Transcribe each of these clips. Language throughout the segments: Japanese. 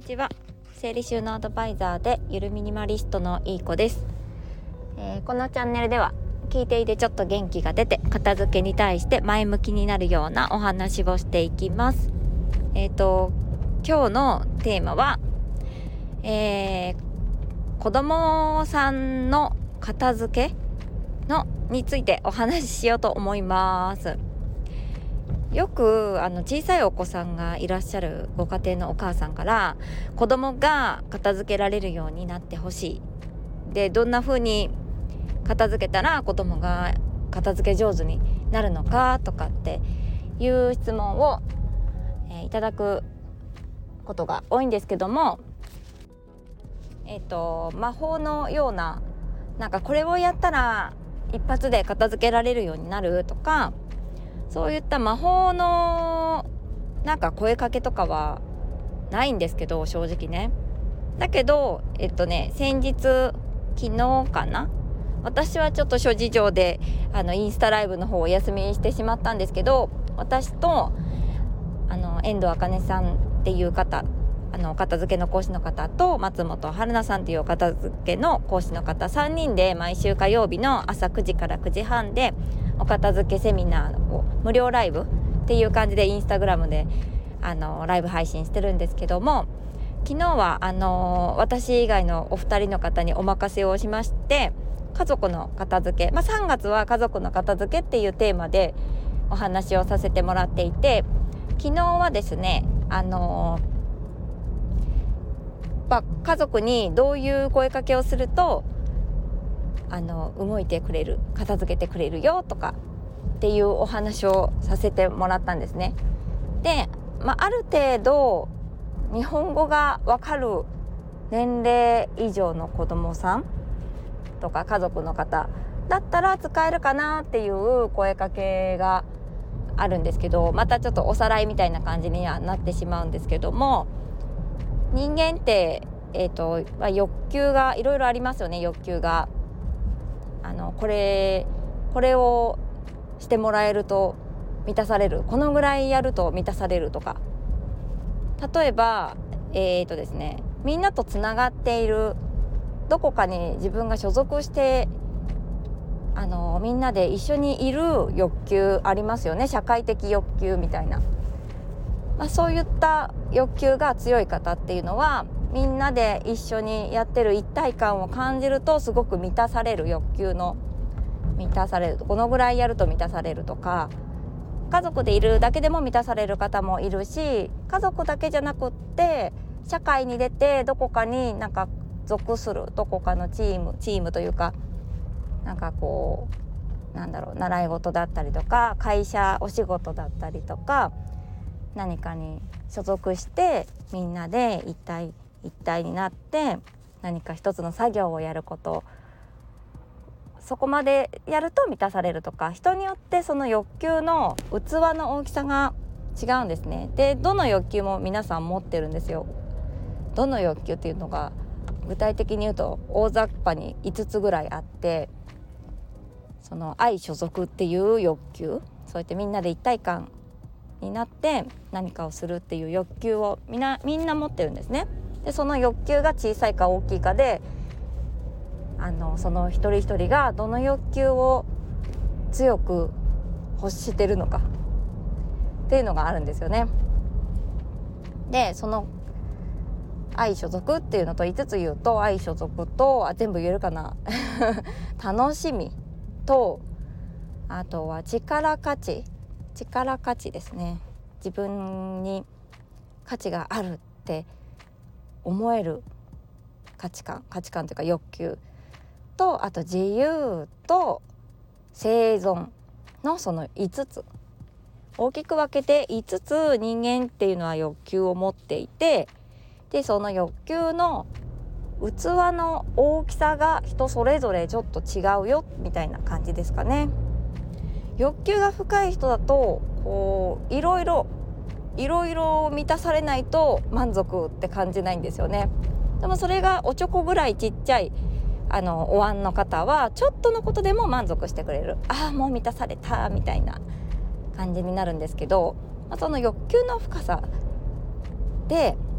ちは。整理収納アドバイザーでゆるミニマリストのいい子です。このチャンネルでは聞いていてちょっと元気が出て片付けに対して前向きになるようなお話をしていきます。今日のテーマは、子供さんの片付けについてお話ししようと思います。よく小さいお子さんがいらっしゃるご家庭のお母さんから子供が片付けられるようになってほしい。で、どんな風に片付けたら子供が片付け上手になるのかとかっていう質問を、いただくことが多いんですけども、魔法のようなこれをやったら一発で片付けられるようになるとか、そういった魔法の声かけとかはないんですけど、正直ね。だけど先日昨日かな、私はちょっと諸事情でインスタライブの方をお休みしてしまったんですけど、私と遠藤茜さんっていう方、片付けの講師の方と松本春菜さんっていうお片付けの講師の方3人で毎週火曜日の朝9時から9時半でお片付けセミナーを無料ライブっていう感じでインスタグラムでライブ配信してるんですけども、昨日は私以外のお二人の方にお任せをしまして、家族の片付け、3月は家族の片付けっていうテーマでお話をさせてもらっていて、昨日はですね家族にどういう声かけをすると動いてくれる、片付けてくれるよとかっていうお話をさせてもらったんですね。で、ある程度日本語がわかる年齢以上の子供さんとか家族の方だったら使えるかなっていう声かけがあるんですけど、またちょっとおさらいみたいな感じにはなってしまうんですけども、人間って欲求がいろいろありますよね。欲求がこれをしてもらえると満たされる、このぐらいやると満たされるとか、例えばですね、みんなとつながっている、どこかに自分が所属してみんなで一緒にいる欲求ありますよね。社会的欲求みたいな、そういった欲求が強い方っていうのは、みんなで一緒にやってる一体感を感じるとすごく満たされる、欲求の満たされる、このぐらいやると満たされるとか、家族でいるだけでも満たされる方もいるし、家族だけじゃなくって社会に出てどこかに属する、どこかのチームというか、習い事だったりとか会社お仕事だったりとか、何かに所属してみんなで一体になって何か一つの作業をやること、そこまでやると満たされるとか、人によってその欲求の器の大きさが違うんですね。で、どの欲求も皆さん持ってるんですよ。どの欲求っていうのが具体的に言うと大雑把に5つぐらいあって、その愛所属っていう欲求、そうやってみんなで一体感になって何かをするっていう欲求をみんな持ってるんですね。で、その欲求が小さいか大きいかでその一人一人がどの欲求を強く欲してるのかっていうのがあるんですよね。で、その愛所属っていうのと5つ言うと、愛所属と全部言えるかな楽しみと、あとは力価値ですね。自分に価値があるって思える価値観というか欲求と、あと自由と生存のその5つ、大きく分けて5つ人間っていうのは欲求を持っていて、でその欲求の器の大きさが人それぞれちょっと違うよみたいな感じですかね。欲求が深い人だといろいろ満たされないと満足って感じないんですよね。でもそれがおちょこぐらいちっちゃいお椀の方はちょっとのことでも満足してくれる、もう満たされたみたいな感じになるんですけど、その欲求の深さで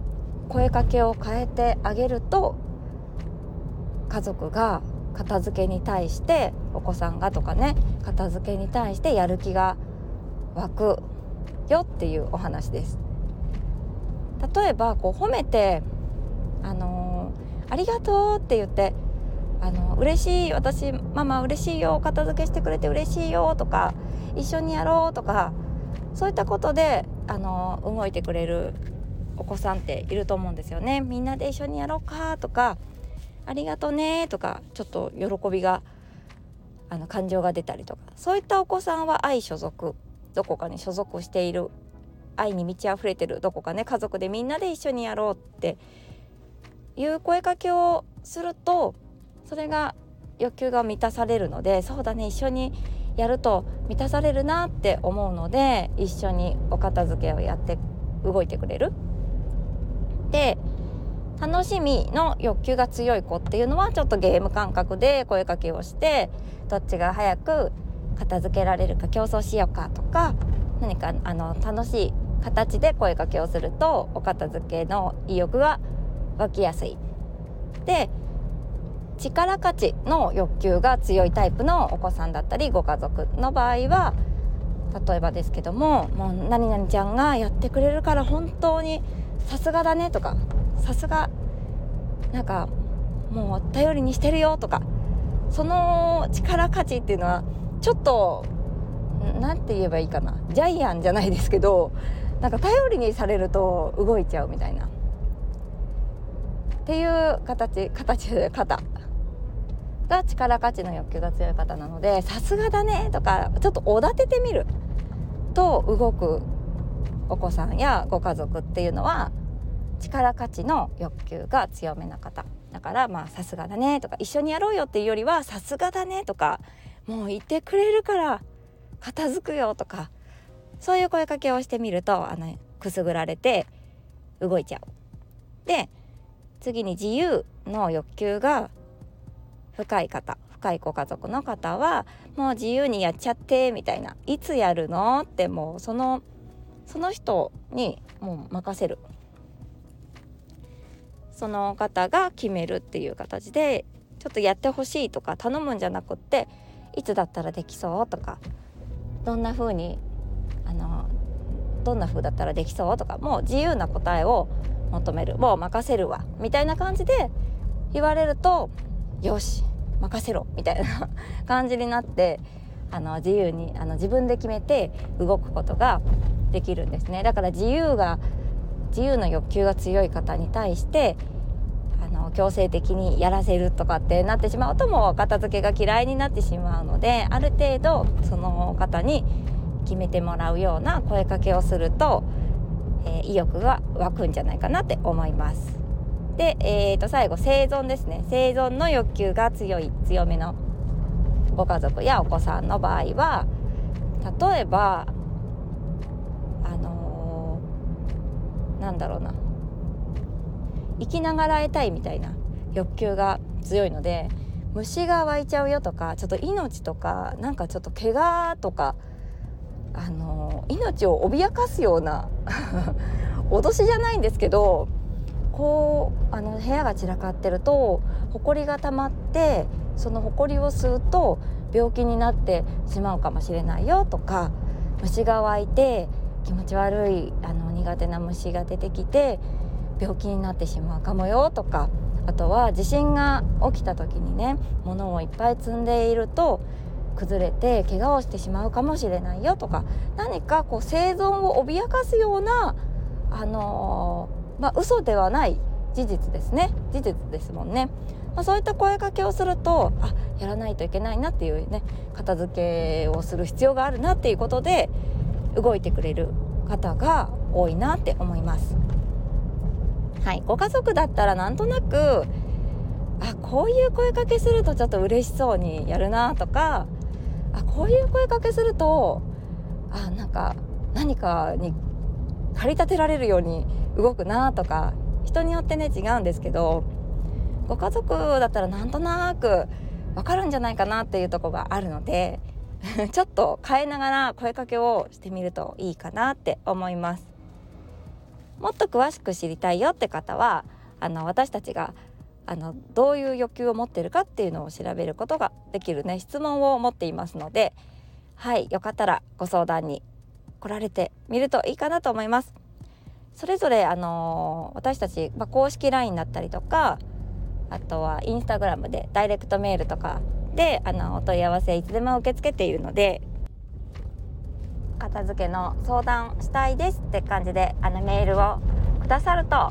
声かけを変えてあげると、家族が片付けに対して、お子さんがとかね、片付けに対してやる気が湧くよっていうお話です。例えば褒めて、ありがとうって言って、嬉しい、私ママ嬉しいよ、片付けしてくれて嬉しいよとか、一緒にやろうとか、そういったことで動いてくれるお子さんっていると思うんですよね。みんなで一緒にやろうかとか、ありがとねとか、ちょっと喜びが感情が出たりとか、そういったお子さんは愛所属、どこかに所属している、愛に満ち溢れてる、どこかね、家族でみんなで一緒にやろうっていう声かけをすると、それが欲求が満たされるので、そうだね、一緒にやると満たされるなって思うので、一緒にお片付けをやって動いてくれる。で、楽しみの欲求が強い子っていうのは、ちょっとゲーム感覚で声かけをして、どっちが早く片付けられるか競争しようかとか、何か楽しい形で声かけをすると、お片付けの意欲が湧きやすい。で、力勝ちの欲求が強いタイプのお子さんだったりご家族の場合は、例えばですけども、もう何々ちゃんがやってくれるから本当にさすがだねとか、さすがなんかもう頼りにしてるよとか、その力勝ちっていうのはちょっとなんて言えばいいかな、ジャイアンじゃないですけど、なんか頼りにされると動いちゃうみたいなっていう方が力勝ちの欲求が強い方なので、さすがだねとかちょっとおだててみると動くお子さんやご家族っていうのは、力勝ちの欲求が強めな方だから、さすがだねとか、一緒にやろうよっていうよりは、さすがだねとか、もういてくれるから片付くよとか、そういう声かけをしてみるとくすぐられて動いちゃう。で、次に自由の欲求が深いご家族の方は、もう自由にやっちゃってみたいな、いつやるのってもうその人にもう任せる、その方が決めるっていう形で、ちょっとやってほしいとか頼むんじゃなくって、いつだったらできそうとか、どんな風だったらできそうとか、もう自由な答えを求める、もう任せるわみたいな感じで言われると、よし任せろみたいな感じになって、自由に自分で決めて動くことができるんですね。だから自由の欲求が強い方に対して強制的にやらせるとかってなってしまうと、もう片付けが嫌いになってしまうので、ある程度その方に決めてもらうような声かけをすると、意欲が湧くんじゃないかなって思います。で、最後生存ですね。生存の欲求が強めのご家族やお子さんの場合は、例えばなんだろうな、生きながらえたいみたいな欲求が強いので、虫が湧いちゃうよとか、ちょっと命とか、なんかちょっと怪我とか命を脅かすような脅しじゃないんですけど、部屋が散らかってると埃が溜まって、その埃を吸うと病気になってしまうかもしれないよとか、虫が湧いて気持ち悪い苦手な虫が出てきて病気になってしまうかもよとか、あとは地震が起きた時にね、物をいっぱい積んでいると崩れて怪我をしてしまうかもしれないよとか、何か生存を脅かすような嘘ではない事実ですね。事実ですもんね。そういった声かけをすると、やらないといけないなっていうね、片付けをする必要があるなっていうことで動いてくれる方が多いなって思います。はい、ご家族だったらなんとなくこういう声かけするとちょっと嬉しそうにやるなとか、こういう声かけするとなんか何かに駆り立てられるように動くなとか、人によってね違うんですけど、ご家族だったらなんとなく分かるんじゃないかなっていうところがあるのでちょっと変えながら声かけをしてみるといいかなって思います。 もっと詳しく知りたいよって方は私たちがどういう欲求を持っているかっていうのを調べることができるね質問を持っていますので、はい、よかったらご相談に来られてみるといいかなと思います。それぞれ私たち、公式 LINE だったりとか、あとはインスタグラムでダイレクトメールとかでお問い合わせいつでも受け付けているので、片付けの相談したいですって感じでメールをくださると、はい、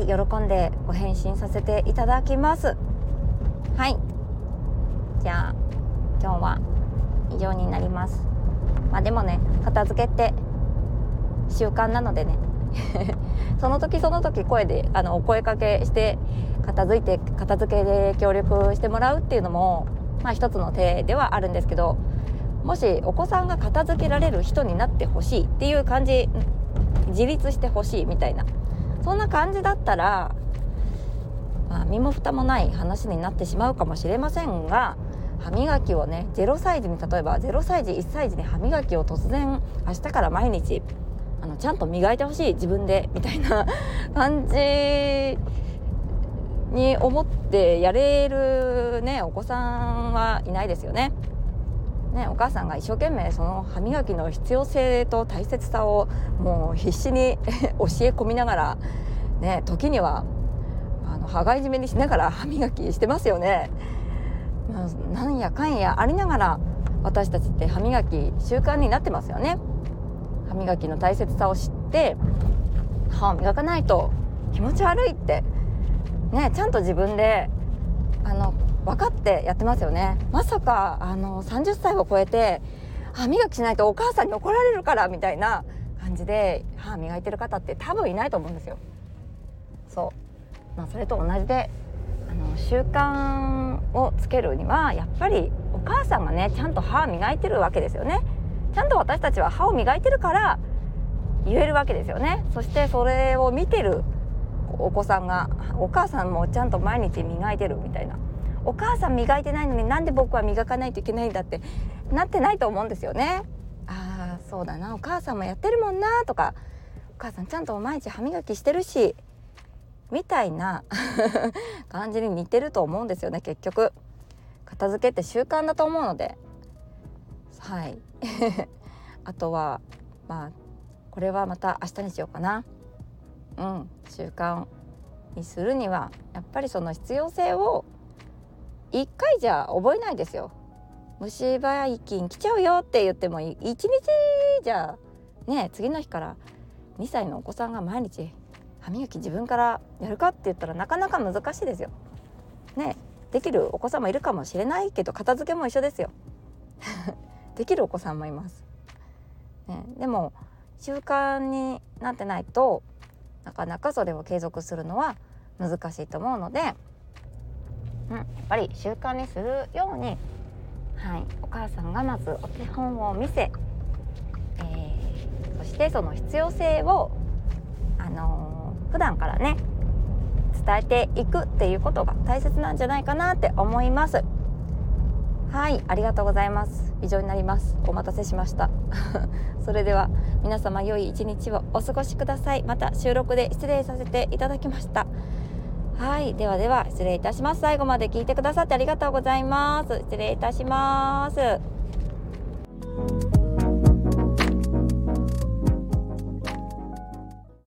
喜んでご返信させていただきます。はい、じゃあ今日は以上になります。でもね、片付けって習慣なのでねその時その時声でお声かけして片付けで協力してもらうっていうのも一つの手ではあるんですけど、もしお子さんが片付けられる人になってほしいっていう感じ、自立してほしいみたいな、そんな感じだったら、身も蓋もない話になってしまうかもしれませんが、歯磨きをね0歳児に、例えば0歳児1歳児に歯磨きを突然明日から毎日ちゃんと磨いてほしい自分でみたいな感じに思ってやれるねお子さんはいないですよね。お母さんが一生懸命その歯磨きの必要性と大切さをもう必死に教え込みながらね、時には羽交い締めにしながら歯磨きしてますよね。なんやかんやありながら私たちって歯磨き習慣になってますよね。歯磨きの大切さを知って歯を磨かないと気持ち悪いってね、ちゃんと自分で分かってやってますよね。まさか30歳を超えて歯磨きしないとお母さんに怒られるからみたいな感じで歯磨いてる方って多分いないと思うんですよ。そう、それと同じで習慣をつけるにはやっぱりお母さんがねちゃんと歯磨いてるわけですよね。ちゃんと私たちは歯を磨いてるから言えるわけですよね。そしてそれを見てるお子さんが、お母さんもちゃんと毎日磨いてるみたいな、お母さん磨いてないのになんで僕は磨かないといけないんだってなってないと思うんですよね。そうだな、お母さんもやってるもんなとか、お母さんちゃんと毎日歯磨きしてるしみたいな感じに似てると思うんですよね。結局片付けって習慣だと思うので、はいあとはこれはまた明日にしようかな。習慣にするにはやっぱりその必要性を1回じゃ覚えないですよ。虫歯菌来ちゃうよって言っても1日じゃね、次の日から2歳のお子さんが毎日歯磨き自分からやるかって言ったらなかなか難しいですよね。できるお子さんもいるかもしれないけど、片付けも一緒ですよできるお子さんもいます、でも習慣になってないとなかなかそれを継続するのは難しいと思うので、やっぱり習慣にするように、お母さんがまずお手本を見せ、そしてその必要性を、普段からね伝えていくっていうことが大切なんじゃないかなって思います。はい、ありがとうございます。以上になります。お待たせしましたそれでは皆様良い一日をお過ごしください。また収録で失礼させていただきました。はい、では失礼いたします。最後まで聞いてくださってありがとうございます。失礼いたします。